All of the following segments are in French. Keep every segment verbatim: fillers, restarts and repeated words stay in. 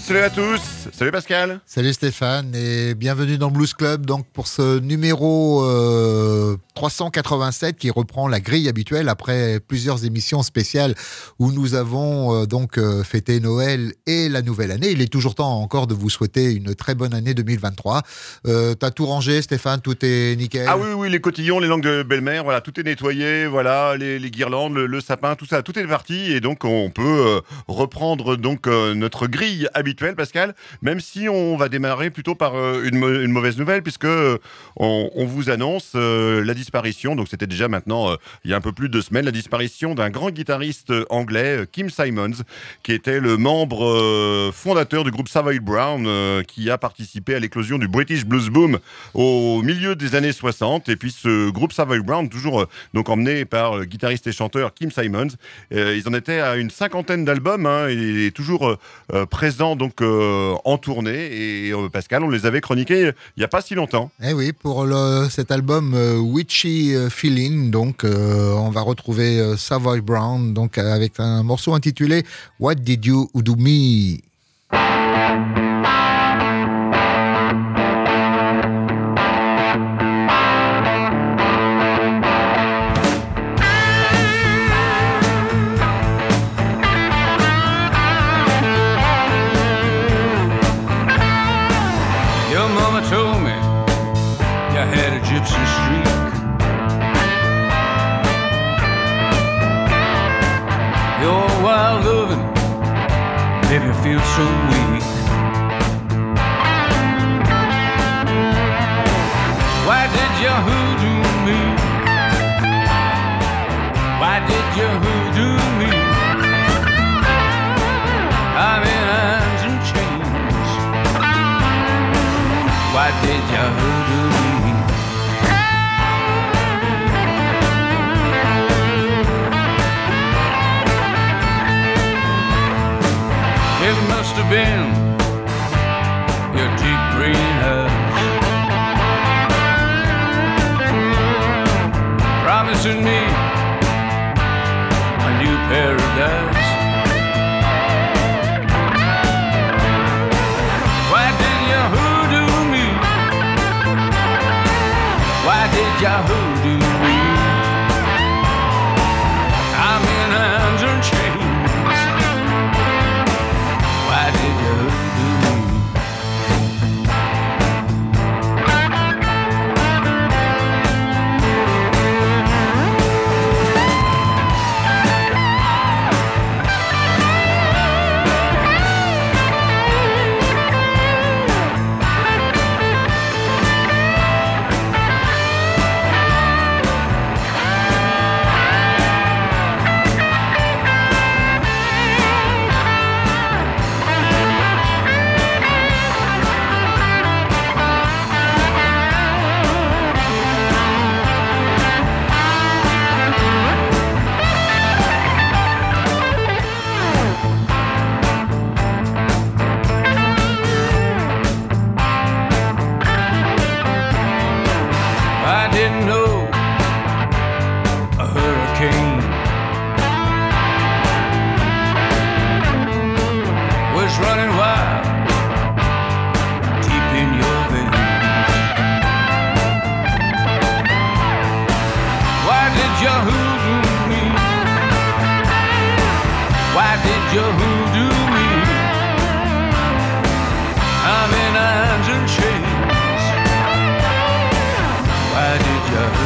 salut à tous. Salut Pascal. Salut Stéphane et bienvenue dans le Blues Club donc pour ce numéro euh, trois cent quatre-vingt-sept qui reprend la grille habituelle après plusieurs émissions spéciales où nous avons euh, donc euh, fêté Noël et la nouvelle année. Il est toujours temps encore de vous souhaiter une très bonne année deux mille vingt-trois. Euh, t'as tout rangé Stéphane, tout est nickel? Ah oui, oui, les cotillons, les langues de belle-mère, voilà, tout est nettoyé, voilà, les, les guirlandes, le, le sapin, tout ça, tout est parti et donc on peut euh, reprendre donc euh, notre grille habituelle, Pascal, même si on va démarrer plutôt par euh, une, une mauvaise nouvelle puisque euh, on, on vous annonce euh, la disparition, donc c'était déjà maintenant euh, il y a un peu plus de deux semaines, la disparition d'un grand guitariste anglais, Kim Simons, qui était le membre euh, fondateur du groupe Savile Brown, euh, qui a participé à l'éclosion du British Blues Boom au milieu des années soixante. Et puis ce groupe Savile Brown, toujours euh, donc emmené par le guitariste et chanteur Kim Simons, euh, ils en étaient à une cinquantaine d'albums, hein, et toujours euh, présents donc euh, en tournée. Et euh, Pascal, on les avait chroniqués il n'y a pas si longtemps. Eh oui, pour le, cet album euh, Witchy Feeling, donc euh, on va retrouver euh, Savile Brown donc avec un morceau intitulé What Did You Do Me? Gypsy streak. Your wild loving made me feel so weak. Why did you hoodoo me? Why did you hoodoo me? I'm in irons and chains. Why did you hoodoo me? It must have been your deep green eyes promising me a new paradise. Why did you hoodoo me? Why did you hoodoo me? I'm in irons and chains. Why did you do me? Running wild, deep in your veins. Why did you hoodoo me? Why did you hoodoo me? I'm in irons and chains. Why did you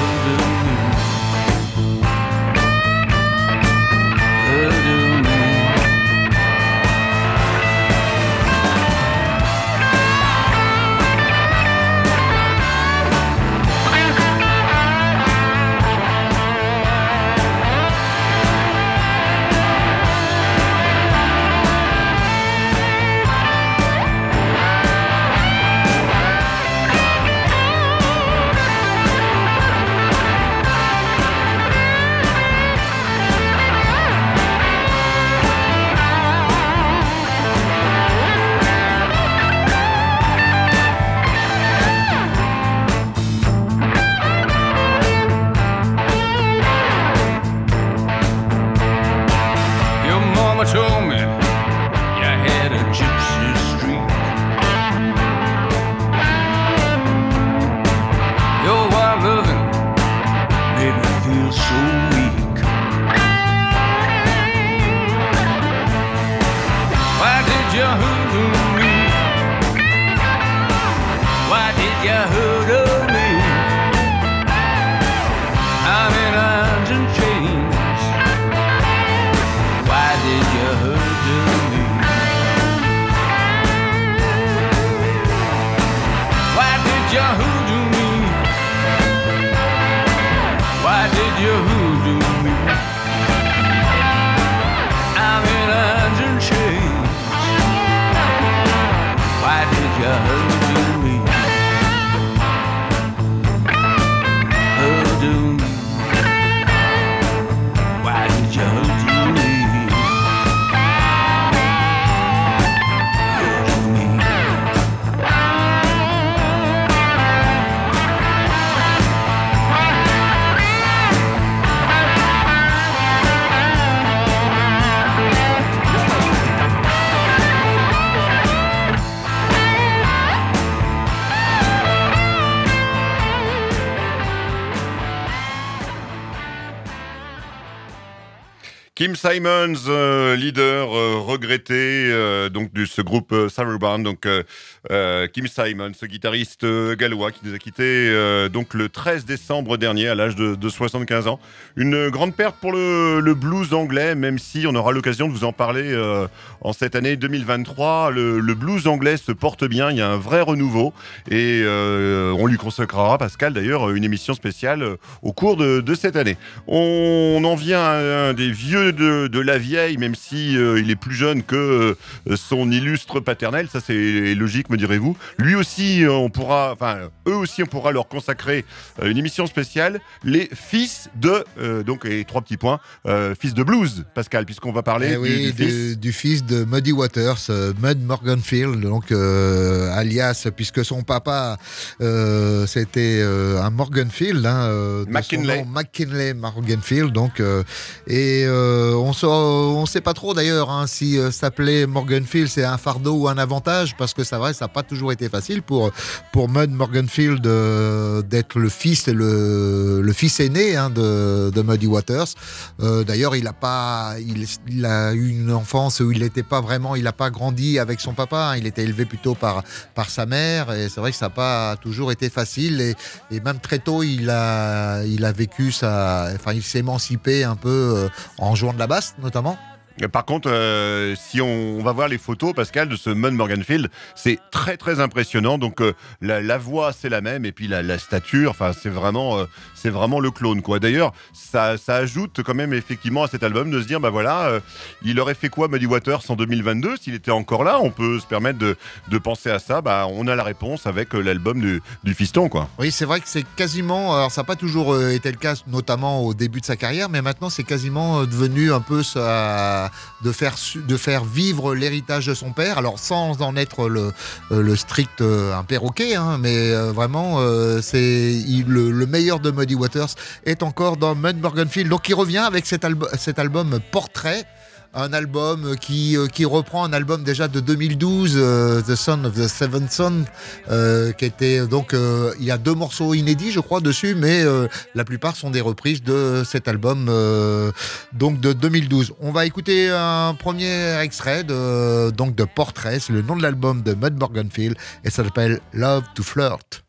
Kim Simons, euh, leader euh, regretté euh, donc de ce groupe euh, Suburban, donc euh, euh, Kim Simons, ce guitariste euh, gallois qui nous a quitté euh, donc le treize décembre dernier à l'âge de, de soixante-quinze ans. Une grande perte pour le, le blues anglais, même si on aura l'occasion de vous en parler euh, en cette année deux mille vingt-trois. Le, le blues anglais se porte bien, il y a un vrai renouveau et euh, on lui consacrera, Pascal d'ailleurs, une émission spéciale euh, au cours de, de cette année. On, on en vient à un des vieux De, de la vieille, même si euh, il est plus jeune que euh, son illustre paternel, ça c'est logique, me direz-vous. Lui aussi, euh, on pourra, enfin eux aussi, on pourra leur consacrer euh, une émission spéciale, les fils de, euh, donc et trois petits points, euh, fils de blues, Pascal, puisqu'on va parler eh du, oui, du, du, fils. du fils de Muddy Waters, euh, Mud Morganfield, donc euh, alias, puisque son papa euh, c'était euh, un Morganfield, hein, euh, de McKinley. son nom, McKinley Morganfield, donc euh, et euh, on ne sait pas trop d'ailleurs hein, si euh, s'appeler Morganfield c'est un fardeau ou un avantage, parce que c'est vrai, ça n'a pas toujours été facile pour, pour Mud Morganfield euh, d'être le fils, le, le fils aîné hein, de, de Muddy Waters. Euh, d'ailleurs, il a pas, il, il a eu une enfance où il n'était pas vraiment, il n'a pas grandi avec son papa. Hein, il était élevé plutôt par par sa mère, et c'est vrai que ça n'a pas toujours été facile. Et, et même très tôt, il a il a vécu ça, enfin, il s'est émancipé un peu euh, en jouant de la basse notamment. Par contre, euh, si on, on va voir les photos, Pascal, de ce Mud Morganfield, c'est très très impressionnant. Donc euh, la, la voix c'est la même, et puis la, la stature, enfin c'est vraiment, euh, c'est vraiment le clone quoi. D'ailleurs, ça, ça ajoute quand même effectivement à cet album de se dire, bah voilà, euh, il aurait fait quoi Muddy Waters en deux mille vingt-deux s'il était encore là. On peut se permettre de, de penser à ça. Bah on a la réponse avec euh, l'album du, du fiston quoi. Oui, c'est vrai que c'est quasiment, alors ça n'a pas toujours euh, été le cas, notamment au début de sa carrière, mais maintenant c'est quasiment euh, devenu un peu ça. De faire, de faire vivre l'héritage de son père, alors sans en être le, le strict euh, un perroquet, hein, mais euh, vraiment euh, c'est il, le, le meilleur de Muddy Waters est encore dans Mud Morganfield, donc il revient avec cet, albu- cet album Portrait, un album qui, euh, qui reprend un album déjà de deux mille douze, euh, The Son of the Seventh Son, euh, qui était donc euh, il y a deux morceaux inédits je crois dessus, mais euh, la plupart sont des reprises de cet album euh, donc de deux mille douze. On va écouter un premier extrait de, donc de Portrait, c'est le nom de l'album de Mud Morganfield et ça s'appelle Love to Flirt.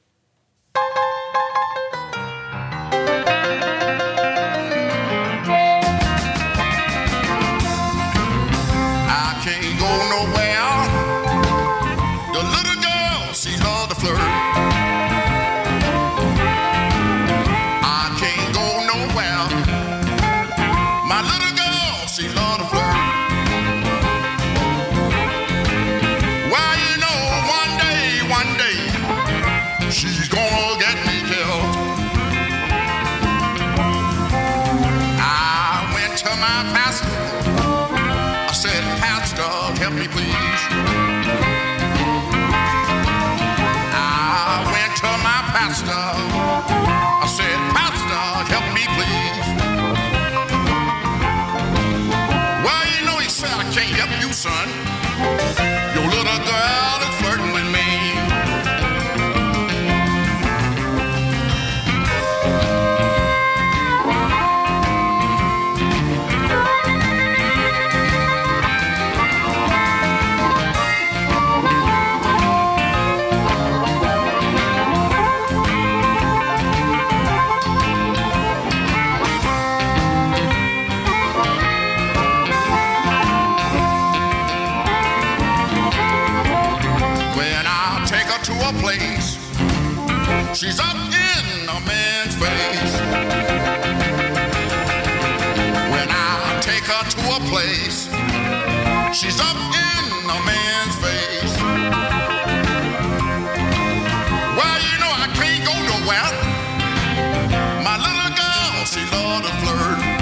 Son, your little girl is flirting with me. She's up in a man's face. When I take her to a place, she's up in a man's face. Well, you know I can't go nowhere. My little girl, she loves to flirt.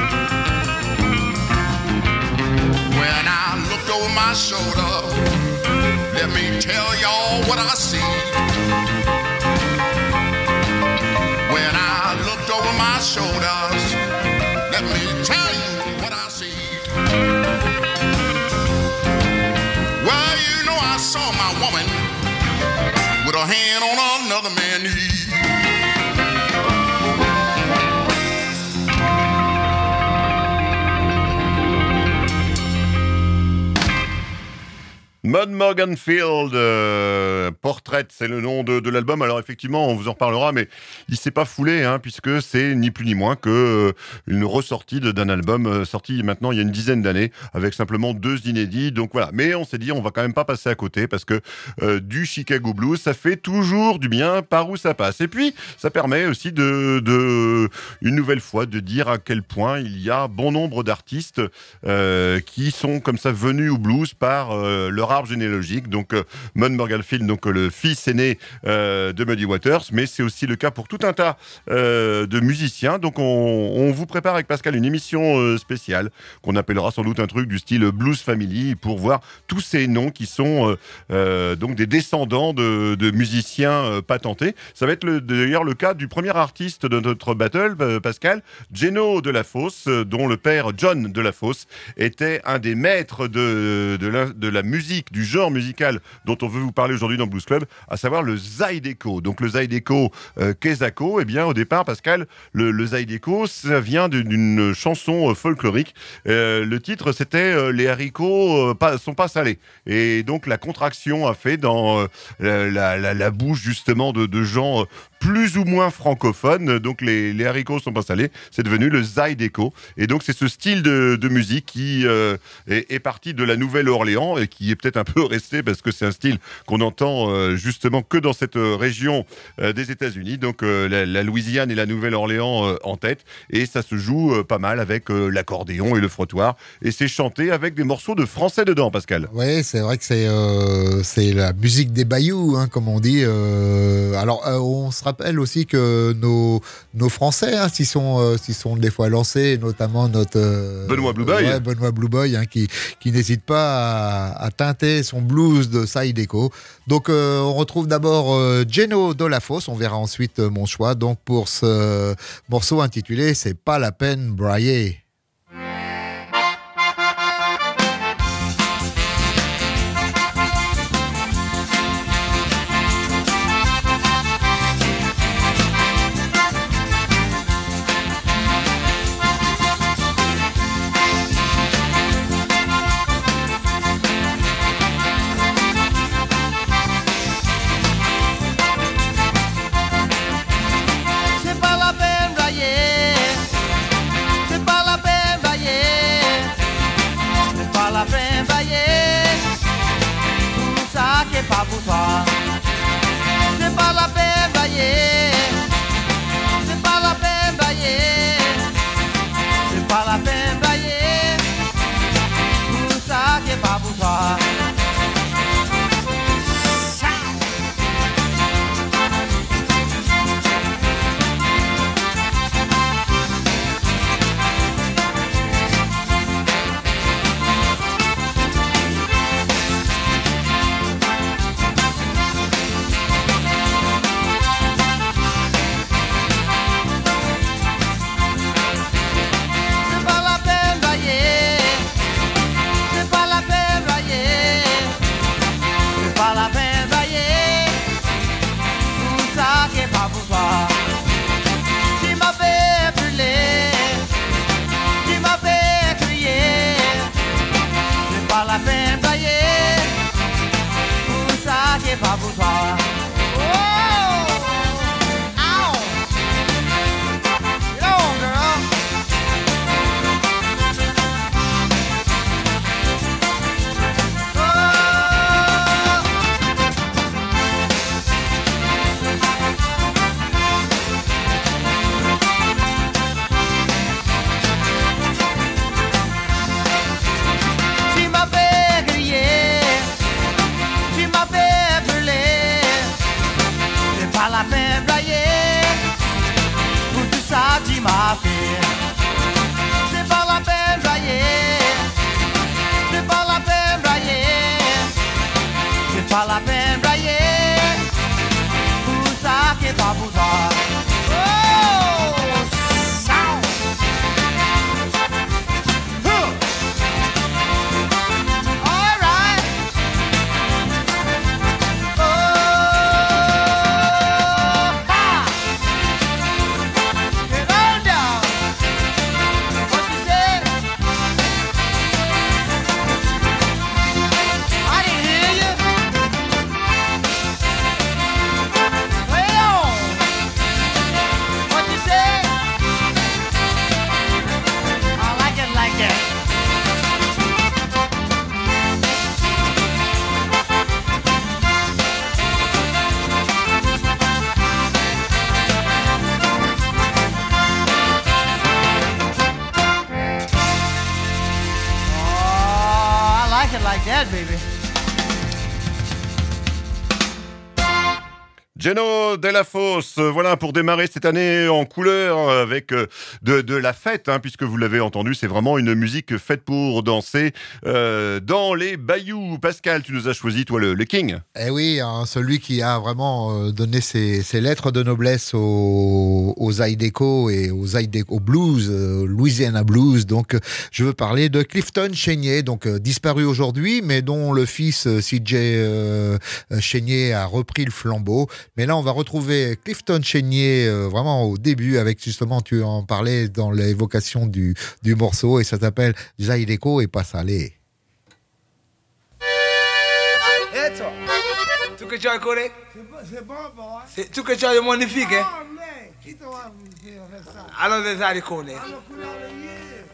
My shoulder, me tell y'all what I see. When I looked over my shoulders, let me tell you what I see. Well, you know I saw my woman with her hand on another man's knee. Mud Morganfield, euh, Portrait, c'est le nom de, de l'album. Alors effectivement, on vous en reparlera, mais il s'est pas foulé, hein, puisque c'est ni plus ni moins que euh, une ressortie de, d'un album euh, sorti maintenant il y a une dizaine d'années, avec simplement deux inédits. Donc voilà. Mais on s'est dit, on va quand même pas passer à côté, parce que euh, du Chicago Blues, ça fait toujours du bien par où ça passe. Et puis, ça permet aussi de, de une nouvelle fois de dire à quel point il y a bon nombre d'artistes euh, qui sont comme ça venus au blues par euh, leur arbre généalogique. Donc euh, Mud Morganfield, donc euh, le fils aîné euh, de Muddy Waters, mais c'est aussi le cas pour tout un tas euh, de musiciens. Donc on, on vous prépare avec Pascal une émission euh, spéciale qu'on appellera sans doute un truc du style Blues Family, pour voir tous ces noms qui sont euh, euh, donc des descendants de, de musiciens euh, patentés. Ça va être le, d'ailleurs le cas du premier artiste de notre battle, euh, Pascal, Geno de la Fosse, euh, dont le père John de la Fosse était un des maîtres de, de, la, de la musique, du genre musical dont on veut vous parler aujourd'hui dans Blues Club, à savoir le Zydeco. Donc le Zydeco euh, Kezako, eh bien au départ, Pascal, le, le Zydeco, ça vient d'une, d'une chanson euh, folklorique. Euh, le titre, c'était euh, Les haricots euh, pas, sont pas salés. Et donc la contraction a fait dans euh, la, la, la bouche justement de, de gens euh, plus ou moins francophones. Donc les, les haricots sont pas salés, c'est devenu le Zydeco. Et donc c'est ce style de, de musique qui euh, est, est parti de la Nouvelle-Orléans et qui est peut-être un peu resté, parce que c'est un style qu'on entend euh, justement que dans cette euh, région euh, des États-Unis. Donc euh, la, la Louisiane et la Nouvelle-Orléans euh, en tête. Et ça se joue euh, pas mal avec euh, l'accordéon et le frottoir. Et c'est chanté avec des morceaux de français dedans, Pascal. Oui, c'est vrai que c'est, euh, c'est la musique des bayous, hein, comme on dit. Euh, alors, euh, on se rappelle aussi que nos, nos Français, hein, s'ils sont, euh, s'ils sont des fois lancés, notamment notre... Euh, Benoît Blue Boy. Ouais, Benoît Blue Boy, hein, qui, qui n'hésite pas à, à teinter son blues de Zydeco. Donc, euh, on retrouve d'abord euh, Geno de la Fosse. On verra ensuite euh, mon choix. Donc, pour ce morceau intitulé « C'est pas la peine brailler ». Pas pour toi, c'est pas la peine bailler, c'est pas la peine bailler, c'est pas la peine bailler, tout ça qui est pas pour toi. rock it like that, baby. Geno Della Fosse, voilà pour démarrer cette année en couleur avec euh, de, de la fête, hein, puisque vous l'avez entendu, c'est vraiment une musique faite pour danser euh, dans les bayous. Pascal, tu nous as choisi, toi, le, le King. Eh oui, hein, celui qui a vraiment euh, donné ses, ses lettres de noblesse aux, aux Zydeco et aux Zydeco blues, euh, Louisiana Blues. Donc, euh, je veux parler de Clifton Chenier, donc euh, disparu aujourd'hui, mais dont le fils euh, C J euh, Chenier a repris le flambeau. Mais là, on va retrouver Clifton Chenier euh, vraiment au début, avec justement, tu en parlais dans l'évocation du, du morceau, et ça s'appelle Zydeco et pas salé. Eh, toi, tu que tu as collé? C'est bon, bon. Hein? C'est- Tu que tu as le magnifique, hein? Oh, mais qui t'a fait ça? Alors, les a collé. Alors, couleur de yeux.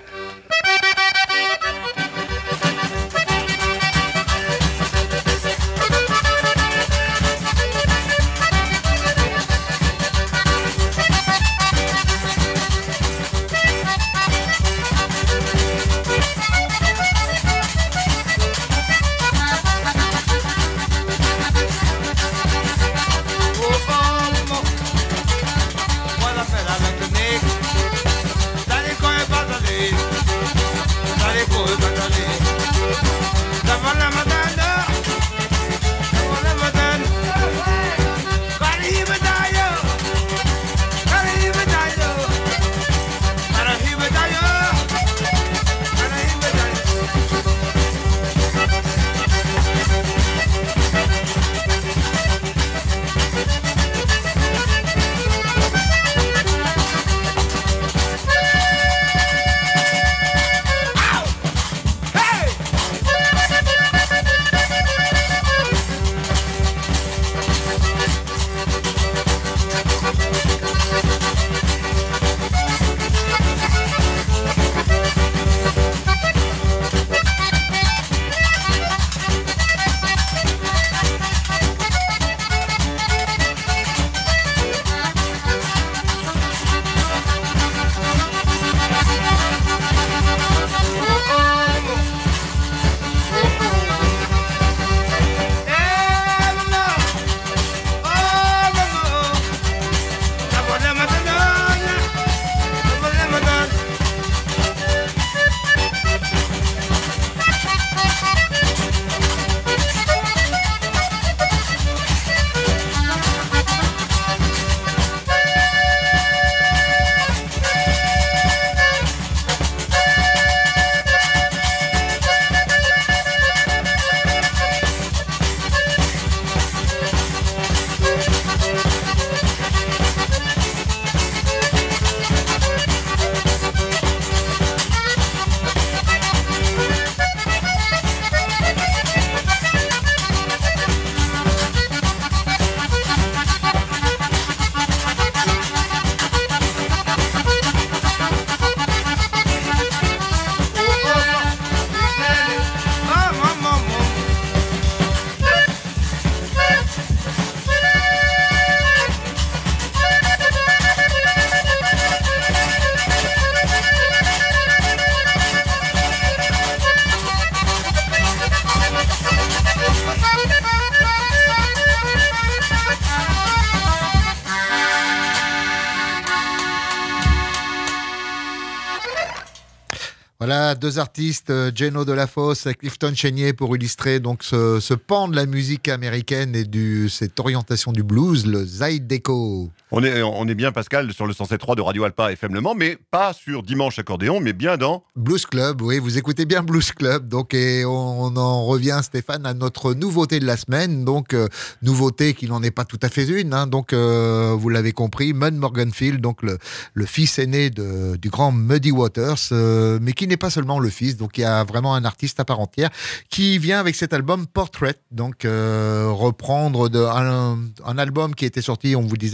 Voilà, deux artistes, euh, Geno Della Fosse et Clifton Chenier, pour illustrer donc ce, ce pan de la musique américaine et du, cette orientation du blues, le Zydeco. On est, on est bien, Pascal, sur le cent sept virgule trois de Radio Alpa F M Le Mans, mais pas sur Dimanche Accordéon, mais bien dans... Blues Club, oui, vous écoutez bien Blues Club. Donc, et on, on en revient, Stéphane, à notre nouveauté de la semaine. Donc, euh, nouveauté qui n'en est pas tout à fait une. Hein. Donc, euh, vous l'avez compris, Mud Morganfield, donc le, le fils aîné de, du grand Muddy Waters, euh, mais qui n'est pas seulement le fils. Donc, il y a vraiment un artiste à part entière qui vient avec cet album Portrait. Donc, euh, reprendre de, un, un album qui était sorti, on vous disait, il y a une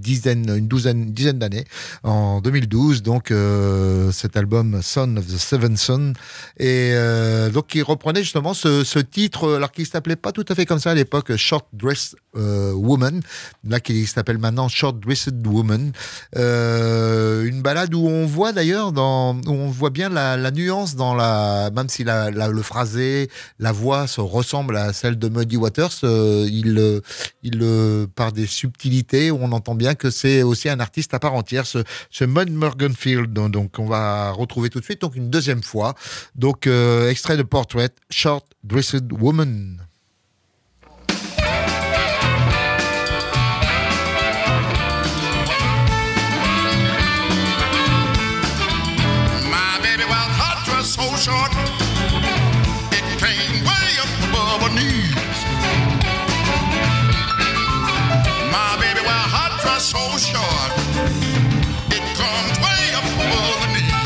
dizaine, une douzaine, une dizaine d'années, en deux mille douze. Donc euh, cet album Son of the Seven Son, et euh, donc qui reprenait justement ce, ce titre, alors qui s'appelait pas tout à fait comme ça à l'époque, Short Dressed euh, Woman, là qui s'appelle maintenant Short Dressed Woman. Euh, une balade où on voit d'ailleurs, dans, où on voit bien la, la nuance dans la, même si la, la, le phrasé, la voix se ressemble à celle de Muddy Waters, euh, il, euh, il euh, par des subtilités, où on entend bien que c'est aussi un artiste à part entière, ce, ce Mud Morganfield, donc, donc on va retrouver tout de suite, donc une deuxième fois, donc euh, extrait de Portrait, Short Dressed Woman. My baby was hot, dress so short, it came way up above her knees. My baby was hot, dress so short, it comes way up above her knees.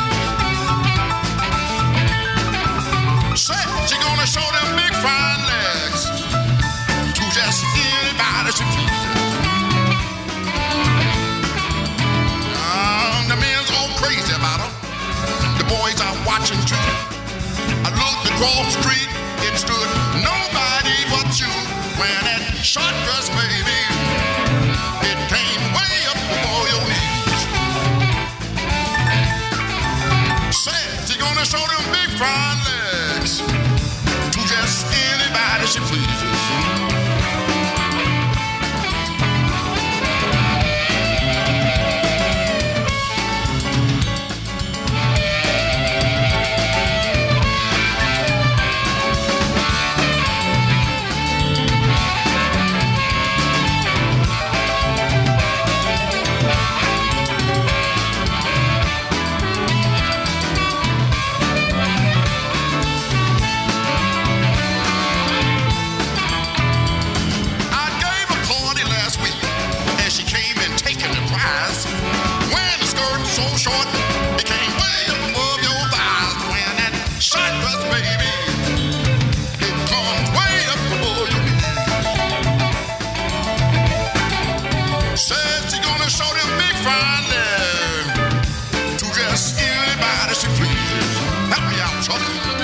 Said she gonna show them big fine legs to just anybody she pleases. Um, the men's all crazy about her. The boys are watching too. I looked across the street, it stood nobody but you. Wearing that short dress, baby, it came way up over your knees. Said she's gonna show them big fine legs to just anybody she pleases. Short, it came way up above your thighs. When that short dress, baby, it comes way up above your knees. Said she's gonna show them big fine legs to just anybody she pleases. Help me out, Chuck.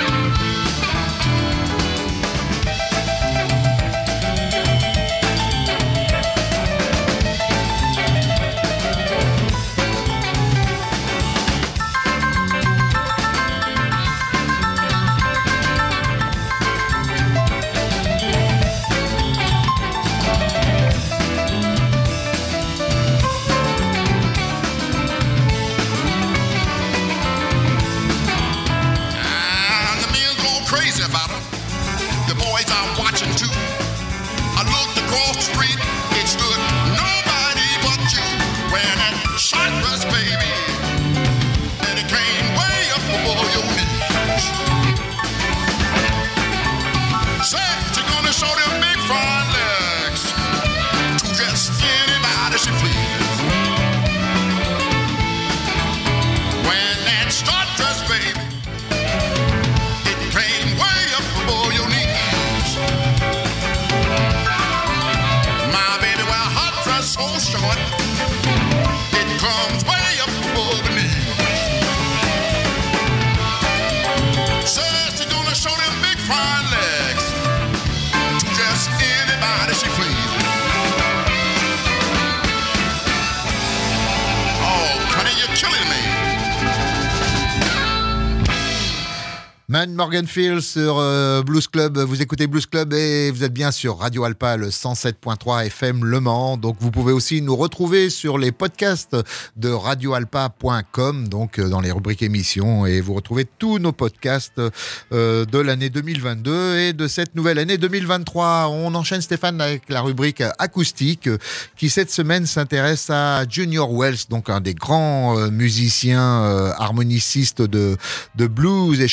Man Morganfield sur euh, Blues Club. Vous écoutez Blues Club et vous êtes bien sur Radio Alpa, le cent sept point trois F M Le Mans. Donc vous pouvez aussi nous retrouver sur les podcasts de radio alpa point com, donc euh, dans les rubriques émissions, et vous retrouvez tous nos podcasts euh, de l'année deux mille vingt-deux et de cette nouvelle année deux mille vingt-trois. On enchaîne, Stéphane, avec la rubrique acoustique qui cette semaine s'intéresse à Junior Wells, donc un des grands euh, musiciens euh, harmonicistes de, de blues et chanteurs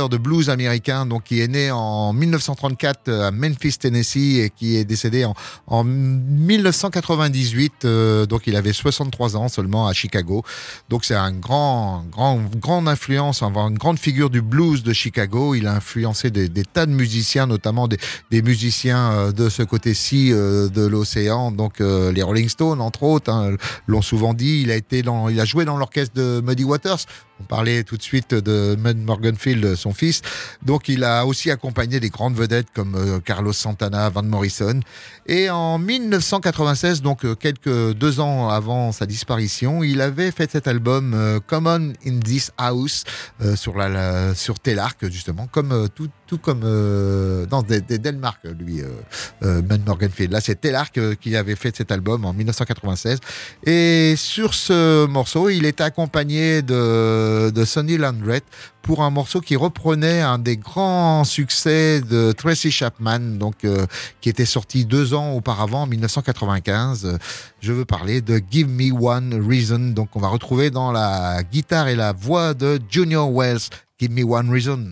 chanteur de blues américain, donc qui est né en dix-neuf cent trente-quatre à Memphis, Tennessee, et qui est décédé en, en dix-neuf cent quatre-vingt-dix-huit. Euh, donc il avait soixante-trois ans seulement à Chicago. Donc c'est un grand, grand, grande influence, une grande figure du blues de Chicago. Il a influencé des, des tas de musiciens, notamment des, des musiciens euh, de ce côté-ci euh, de l'océan. Donc euh, les Rolling Stones, entre autres, hein, l'ont souvent dit. Il a été dans, il a joué dans l'orchestre de Muddy Waters. On parlait tout de suite de Mud Morganfield, son fils. Donc, il a aussi accompagné des grandes vedettes comme euh, Carlos Santana, Van Morrison. Et en dix-neuf cent quatre-vingt-seize, donc euh, quelques deux ans avant sa disparition, il avait fait cet album euh, Common in This House euh, sur la, la sur Telarc, justement, comme euh, tout, tout comme euh, dans des, des Delmark, lui, euh, euh, Mud Morganfield. Là, c'est Telarc euh, qui avait fait cet album en dix-neuf cent quatre-vingt-seize. Et sur ce morceau, il était accompagné de de Sonny Landreth pour un morceau qui reprenait un des grands succès de Tracy Chapman, donc euh, qui était sorti deux ans auparavant, en dix-neuf cent quatre-vingt-quinze. Je veux parler de Give Me One Reason. Donc on va retrouver dans la guitare et la voix de Junior Wells, Give Me One Reason.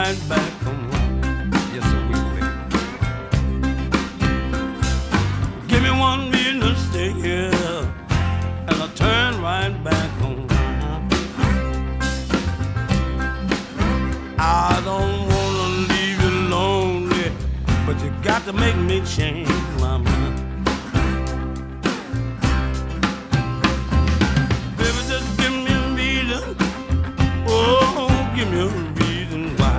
right back home. Yes, sir, we will. Give me one reason to stay here, and I'll turn right back home. I don't wanna leave you lonely, but you got to make me change my mind. Baby, just give me a reason. Oh, give me a reason why.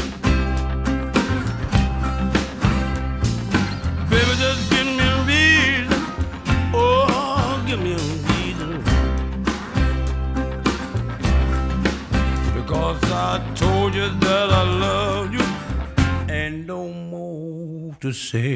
Baby, just give me a reason. Oh, give me a reason. Because I told you that I love you, and no more to say.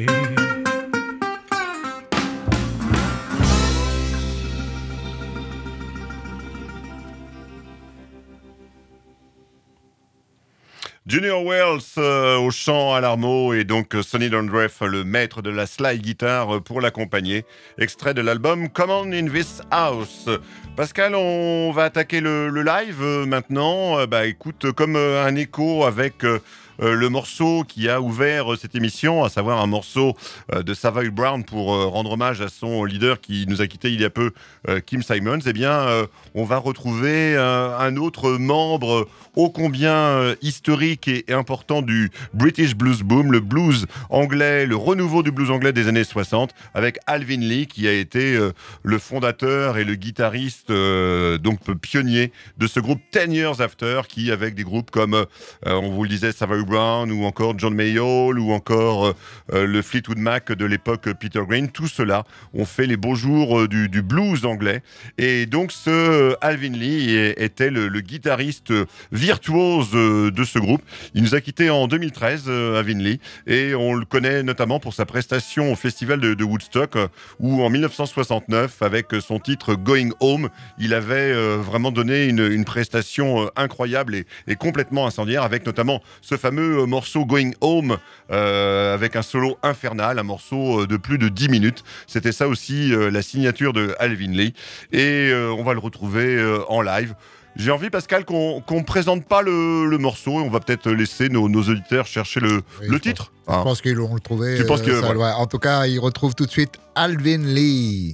Junior Wells euh, au chant, à l'armo, et donc euh, Sonny Landreth, le maître de la slide guitare, euh, pour l'accompagner. Extrait de l'album Come On In This House. Pascal, on va attaquer le, le live euh, maintenant. Euh, bah écoute, comme euh, un écho avec euh, euh, le morceau qui a ouvert euh, cette émission, à savoir un morceau euh, de Savoy Brown pour euh, rendre hommage à son leader qui nous a quitté il y a peu, euh, Kim Simons. Eh bien, euh, on va retrouver euh, un autre membre ô combien euh, historique et, et important du British Blues Boom, le blues anglais, le renouveau du blues anglais des années soixante, avec Alvin Lee, qui a été euh, le fondateur et le guitariste euh, donc pionnier de ce groupe Ten Years After, qui, avec des groupes comme, euh, on vous le disait, Savoy Brown, ou encore John Mayall, ou encore euh, le Fleetwood Mac de l'époque Peter Green, tout cela ont fait les beaux jours euh, du, du blues anglais. Et donc ce euh, Alvin Lee était le, le guitariste virtuose euh, de ce groupe. Il nous a quittés en deux mille treize, euh, Alvin Lee, et on le connaît notamment pour sa prestation au festival de, de Woodstock, euh, où en dix-neuf cent soixante-neuf, avec son titre Going Home, il avait euh, vraiment donné une, une prestation euh, incroyable et, et complètement incendiaire, avec notamment ce fameux euh, morceau Going Home, euh, avec un solo infernal, un morceau euh, de plus de dix minutes. C'était ça aussi euh, la signature de Alvin Lee, et euh, on va le retrouver euh, en live. J'ai envie, Pascal, qu'on ne présente pas le, le morceau, et on va peut-être laisser nos, nos auditeurs chercher le, Oui, le je titre. pense, Hein. Je pense qu'ils l'ont retrouvé. Tu penses que- ça voilà. doit- En tout cas, ils retrouvent tout de suite Alvin Lee.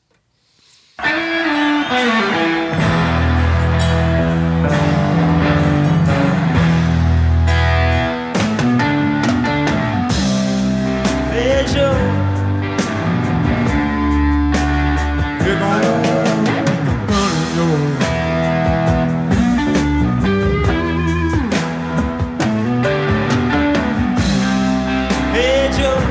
Hey Joe, you're gonna burn your. Hey Joe,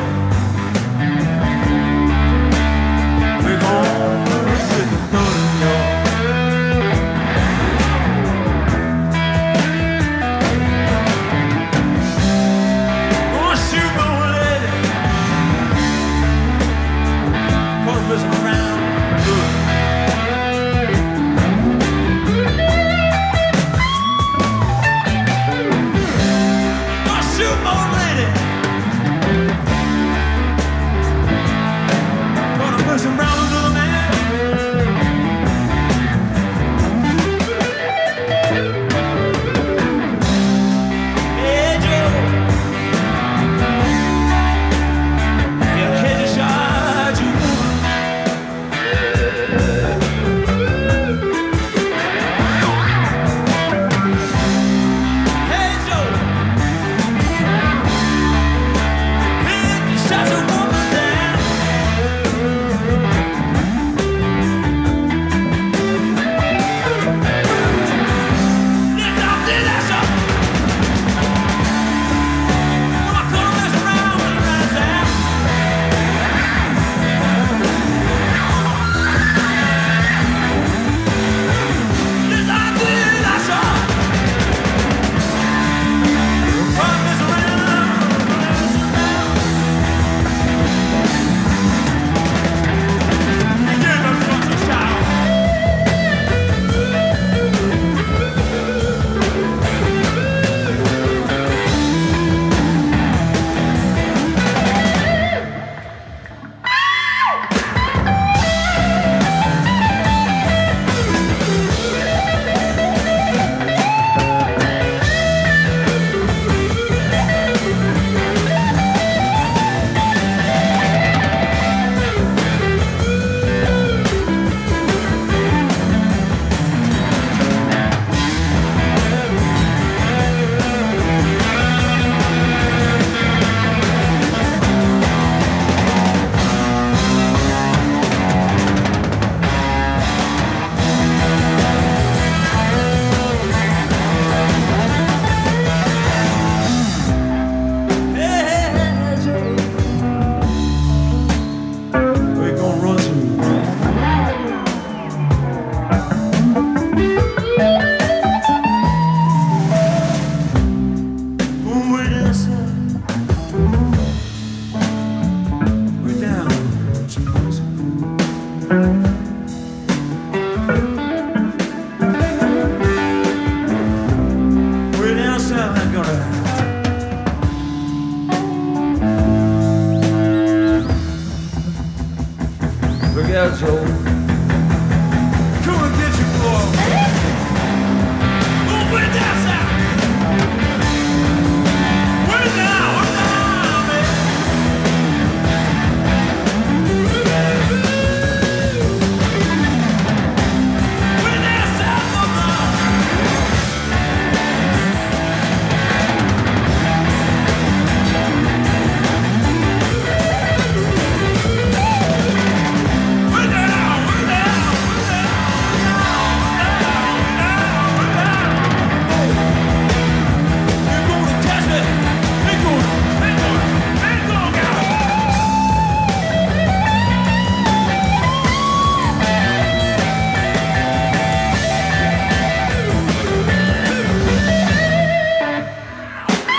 we're gonna burn your.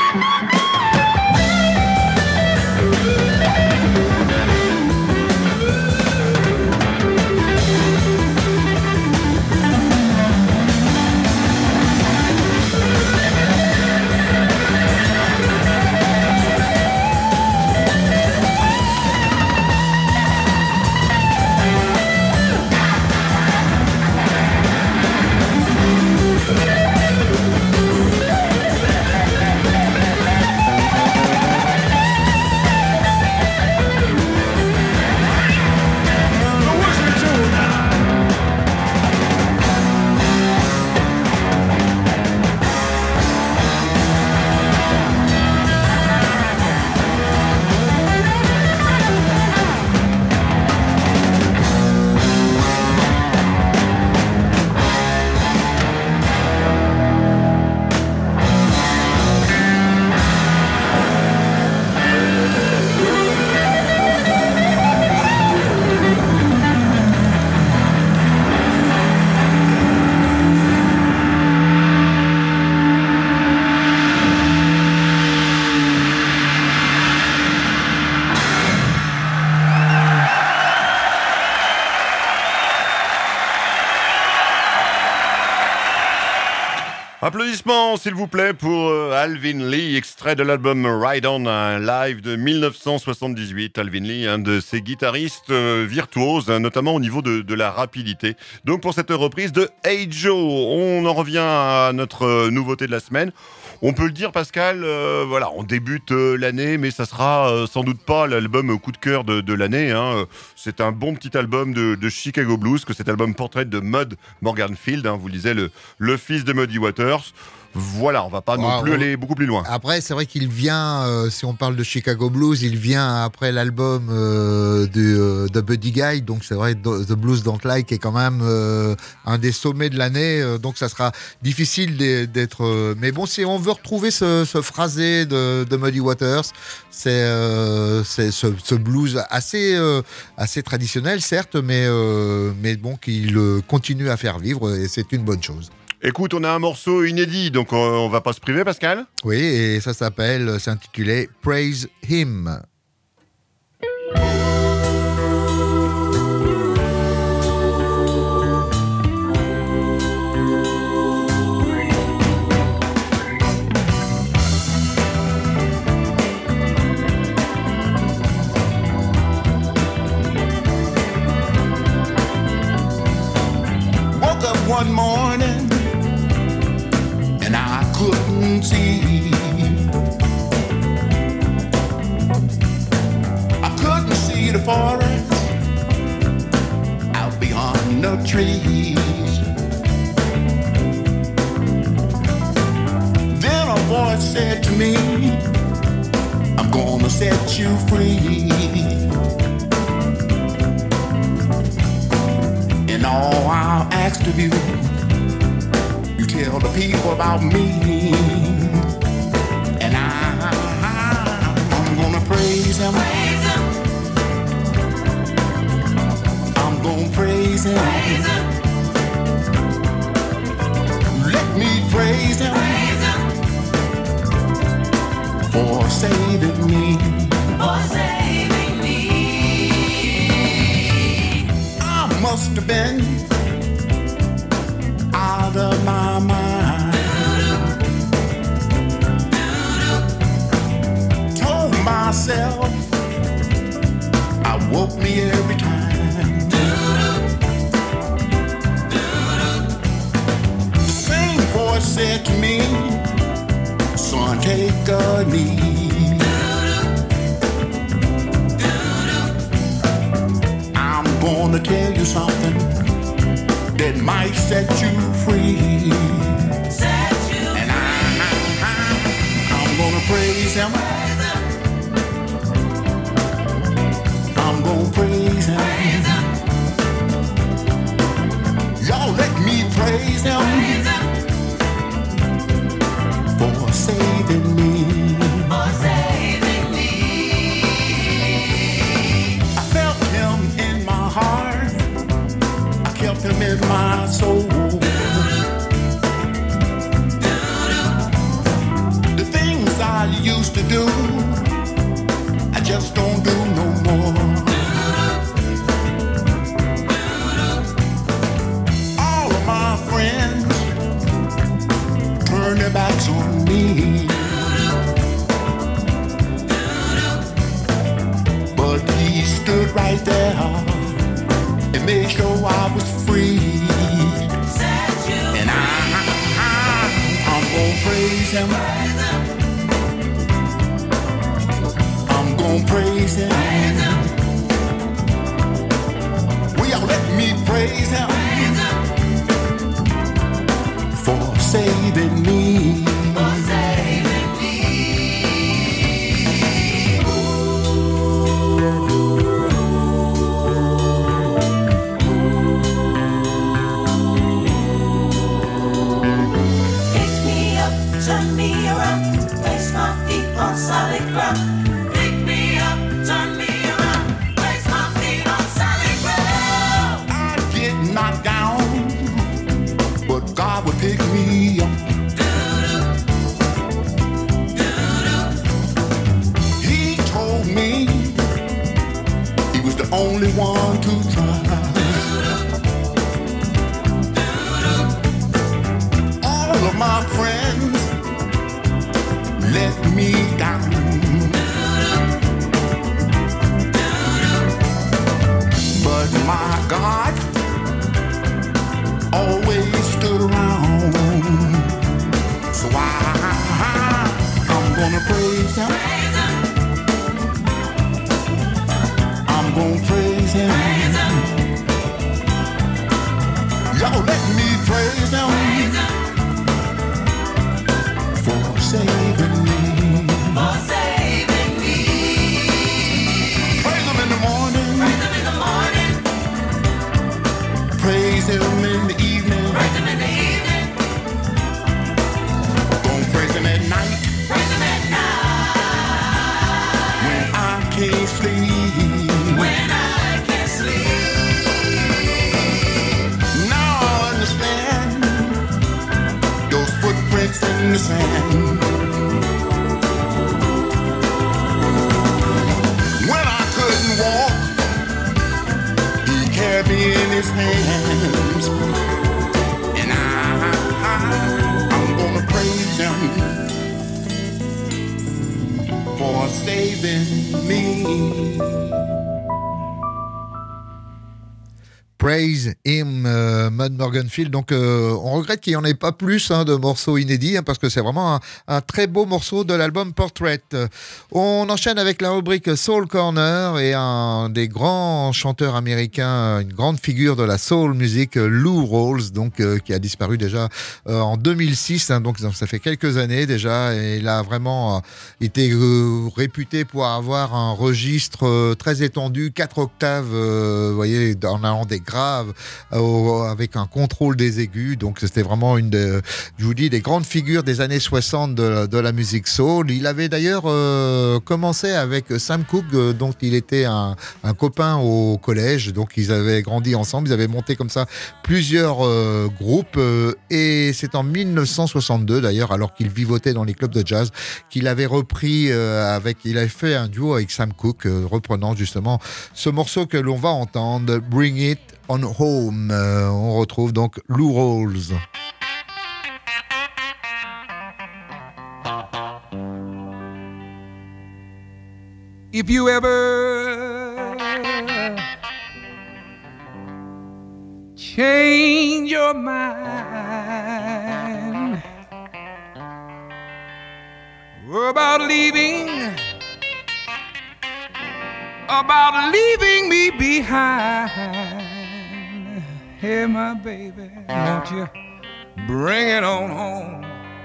Applaudissements, s'il vous plaît, pour euh, Alvin Lee, extrait de l'album Ride On, un live de dix-neuf cent soixante-dix-huit. Alvin Lee, un de ces guitaristes euh, virtuoses, hein, notamment au niveau de, de la rapidité. Donc pour cette reprise de Hey Joe, on en revient à notre euh, nouveauté de la semaine. On peut le dire, Pascal, euh, voilà, on débute euh, l'année, mais ça sera euh, sans doute pas l'album coup de cœur de, de l'année. Hein. C'est un bon petit album de, de Chicago Blues, que cet album Portrait de Mud Morganfield, hein, vous lisez le, le fils de Muddy Waters. Voilà, on va pas Ah, non plus on- aller beaucoup plus loin. Après, c'est vrai qu'il vient, euh, si on parle de Chicago Blues, il vient après l'album euh, de, euh, de Buddy Guy. Donc, c'est vrai, The Blues Don't Lie, qui est quand même euh, un des sommets de l'année. euh, donc, ça sera difficile d'e- d'être. euh, mais bon, si on veut retrouver ce, ce phrasé de, de Muddy Waters, c'est euh, c'est ce, ce blues assez, euh, assez traditionnel, certes, mais, euh, mais bon, qu'il euh, continue à faire vivre et c'est une bonne chose. Écoute, on a un morceau inédit, donc on, on va pas se priver, Pascal. Oui, et ça s'appelle, c'est intitulé Praise Him. Woke up one morning and I couldn't see. I couldn't see the forest out beyond the trees. Then a voice said to me, I'm gonna set you free. And all I'll ask of you, you tell the people about me. And I, I'm gonna praise him. Praise him, I'm gonna praise him. praise him, Let me praise him praise him for saving me. for saving me. I must have been out of my mind. Told myself I woke me every time. The same voice said to me, son, take a knee. I'm gonna tell you something that might set you free. Set you And I, I, I'm gonna praise him. I'm gonna praise him. praise him, Y'all let me praise him praise him for saving me. for saving me. I felt him in my heart. I kept him in my soul. The things I I used to do, I just don't do no more. All of my friends turn their backs on me, but he stood right there and made sure I was free. And I, I, I'm gonna praise him. I'm gonna praise him. Will y'all let me praise him for saving me? For saving me. Pick me up, turn me around, place my feet on solid ground. Pick me up, turn me around, place my feet on solid ground. I get knocked down, but God will pick me up. He told me he was the only one to try. All of my friends let me down, but my God always stood around. So I, I'm gonna praise him. I'm gonna praise him. Y'all let me praise him for saving me. For saving me. Praise him in the morning. Praise him in the morning, Praise him in the evening. praise him in the evening, Gonna praise him at night praise him at night. when I can't sleep. When I can't sleep. Now I understand those footprints in the sand. When I couldn't walk, he carried me in his hands. And I, I I'm gonna praise him for saving me. Praise Him, euh, Mud Morganfield. Donc, euh, on regrette qu'il n'y en ait pas plus hein, de morceaux inédits, hein, parce que c'est vraiment un, un très beau morceau de l'album Portrait. On enchaîne avec la rubrique Soul Corner et un des grands chanteurs américains, une grande figure de la soul music, Lou Rawls, donc, euh, qui a disparu déjà euh, en deux mille six, hein, donc ça fait quelques années déjà, et il a vraiment euh, été euh, réputé pour avoir un registre euh, très étendu, quatre octaves, euh, vous voyez, en allant des graves euh, avec un contrôle des aigus. Donc c'était vraiment une de, je vous dis, des grandes figures des années soixante de, de la musique soul. Il avait d'ailleurs euh, commencé avec Sam Cooke, euh, dont il était un, un copain au collège. Donc ils avaient grandi ensemble, ils avaient monté comme ça plusieurs euh, groupes euh, et c'est en mille neuf cent soixante-deux d'ailleurs, alors qu'il vivotait dans les clubs de jazz, qu'il avait repris euh, avec, il avait fait un duo avec Sam Cooke, euh, reprenant justement ce morceau que l'on va entendre, Bring It On Home. Euh, on retrouve donc Lou Rawls. If you ever change your mind about leaving, about leaving me behind, hey my baby, won't you bring it on home?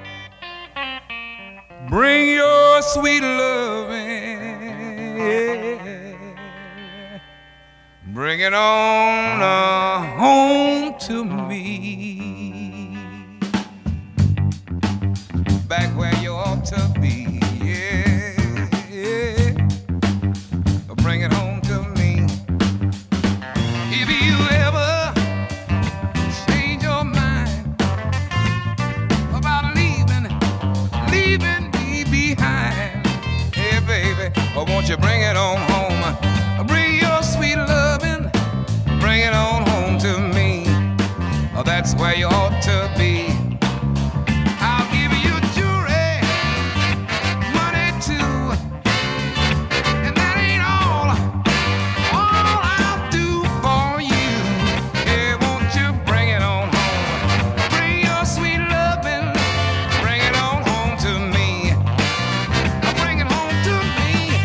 Bring your sweet loving, yeah. Bring it on uh, home to me, back where you ought to be, yeah, yeah. Bring it home to me. If you ever change your mind about leaving, leaving me behind, mine. Hey, baby, oh, won't you bring it on home? Bring your sweet loving, bring it on home to me. Oh, that's where you ought to be. I'll give you jewelry, money too, and that ain't all, all I'll do for you. Hey, won't you bring it on home? Bring your sweet loving, bring it on home to me. Bring it home to me.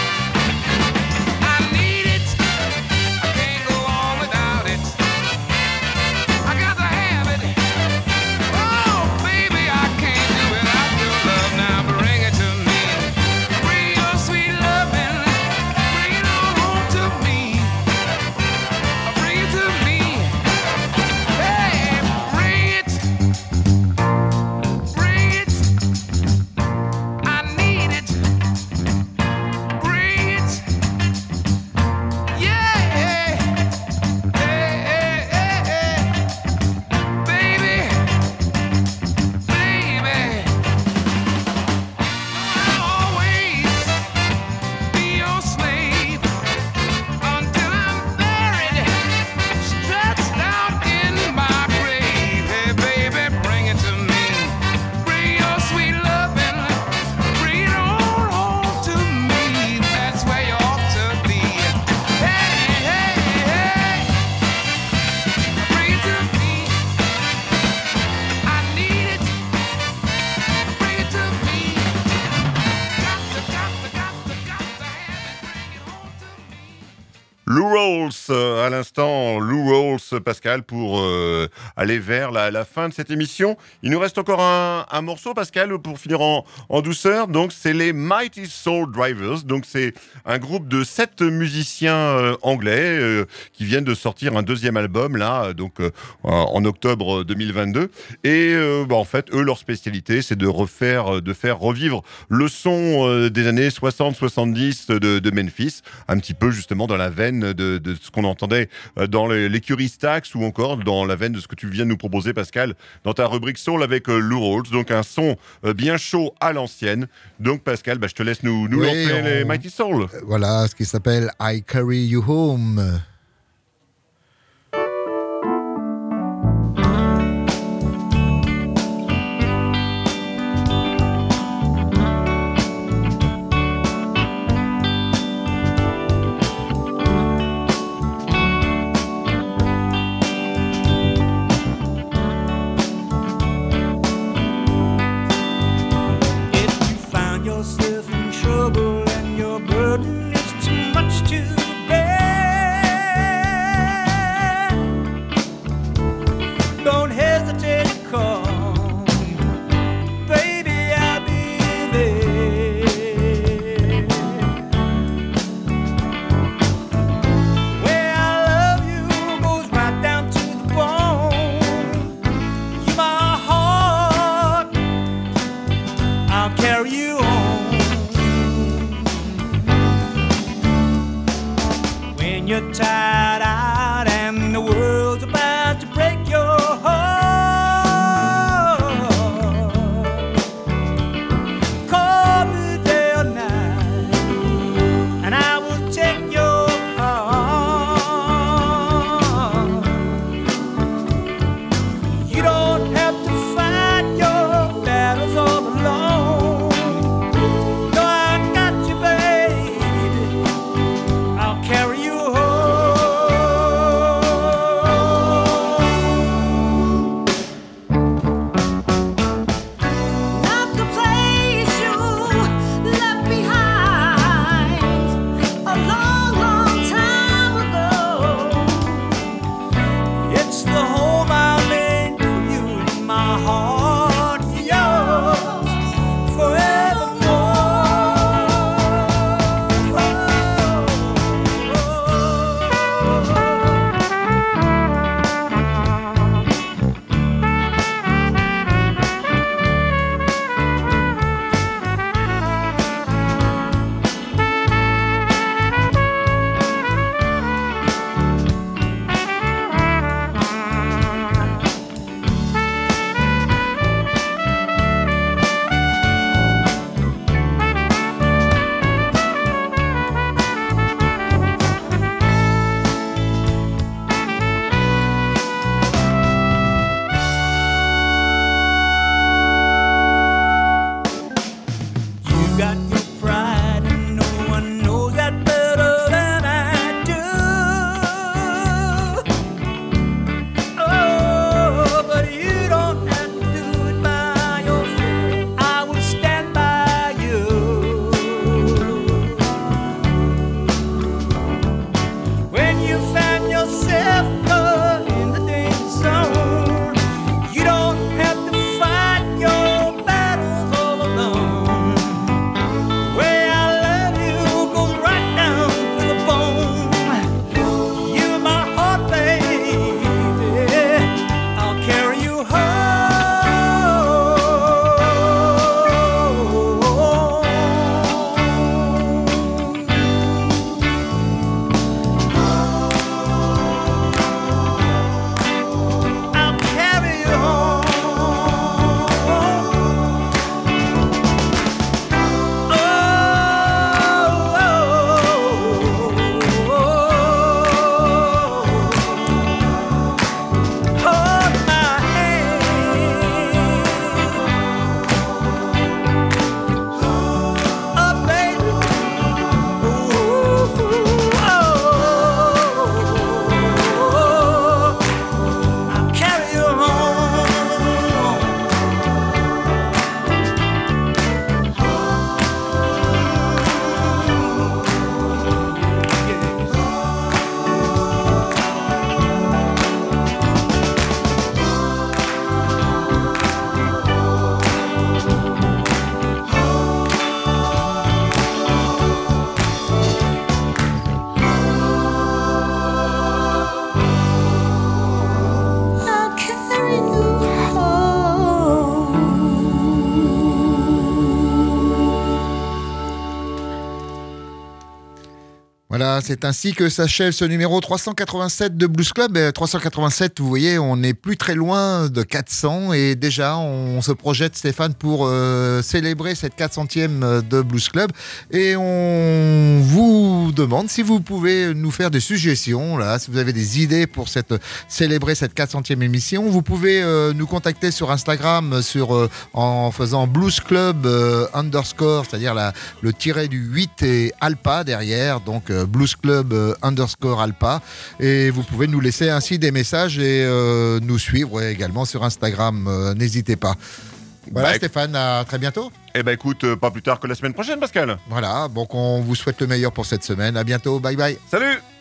I need it, I can't go on without it. I got to have it. Oh, baby, I can't do without your love. Now bring it to me. Bring your sweet loving, bring it on home to me. Bring it to me. Hey, bring it. Bring it. I need it. Bring it. Yeah. Hey, hey, hey, hey. Baby, baby, I'll always be your slave until I'm buried, stretched out in my grave. Hey, baby, bring it to me. Bring your sweet loving, bring it on home to me. That's where you ought to be. Hey, hey, hey. Bring it to me. I need it. Bring it to me. Got to, got to, got to, got to have it. Bring it home to me. Lou Rawls, euh, à l'instant, Lou Rawls, Pascal, pour euh, aller vers la, la fin de cette émission. Il nous reste encore un, un morceau, Pascal, pour finir en, en douceur. Donc, c'est les Mighty Soul Drivers. Donc, c'est un groupe de sept musiciens euh, anglais euh, qui viennent de sortir un deuxième album, là, donc euh, en octobre deux mille vingt-deux. Et euh, bah, en fait, eux, leur spécialité, c'est de refaire, de faire revivre le son euh, des années soixante soixante-dix de, de Memphis, un petit peu justement dans la veine de, de ce qu'on entendait dans les, l'écurie Stax ou encore dans la veine de ce que tu viens de nous proposer, Pascal, dans ta rubrique Soul avec euh, Lou Rawls. Donc un son euh, bien chaud à l'ancienne. Donc Pascal, bah, je te laisse nous, nous Oui, lancer on- les Mighty Soul. Voilà ce qui s'appelle I Carry You Home. If you found yourself in trouble and your burden is too much to bear, don't hesitate to call. Baby, I'll be there. Way I love you goes right down to the bone. You my heart, I'll carry you on. Voilà, c'est ainsi que s'achève ce numéro trois cent quatre-vingt-sept de Blues Club. Et trois cent quatre-vingt-sept, vous voyez, on n'est plus très loin de quatre cents et déjà on se projette, Stéphane, pour euh, célébrer cette quatre centième de Blues Club. Et on vous demande si vous pouvez nous faire des suggestions, là, si vous avez des idées pour cette, célébrer cette quatre centième émission. Vous pouvez euh, nous contacter sur Instagram sur, euh, en faisant Blues Club euh, underscore, c'est-à-dire la, le tiret du huit et Alpa derrière, donc euh, Blues Club euh, underscore Alpa. Et vous pouvez nous laisser ainsi des messages et euh, nous suivre ouais, également sur Instagram. Euh, n'hésitez pas. Voilà, Bah, Stéphane, à très bientôt. Eh ben écoute, euh, pas plus tard que la semaine prochaine, Pascal. Voilà, donc on vous souhaite le meilleur pour cette semaine. À bientôt, bye bye. Salut!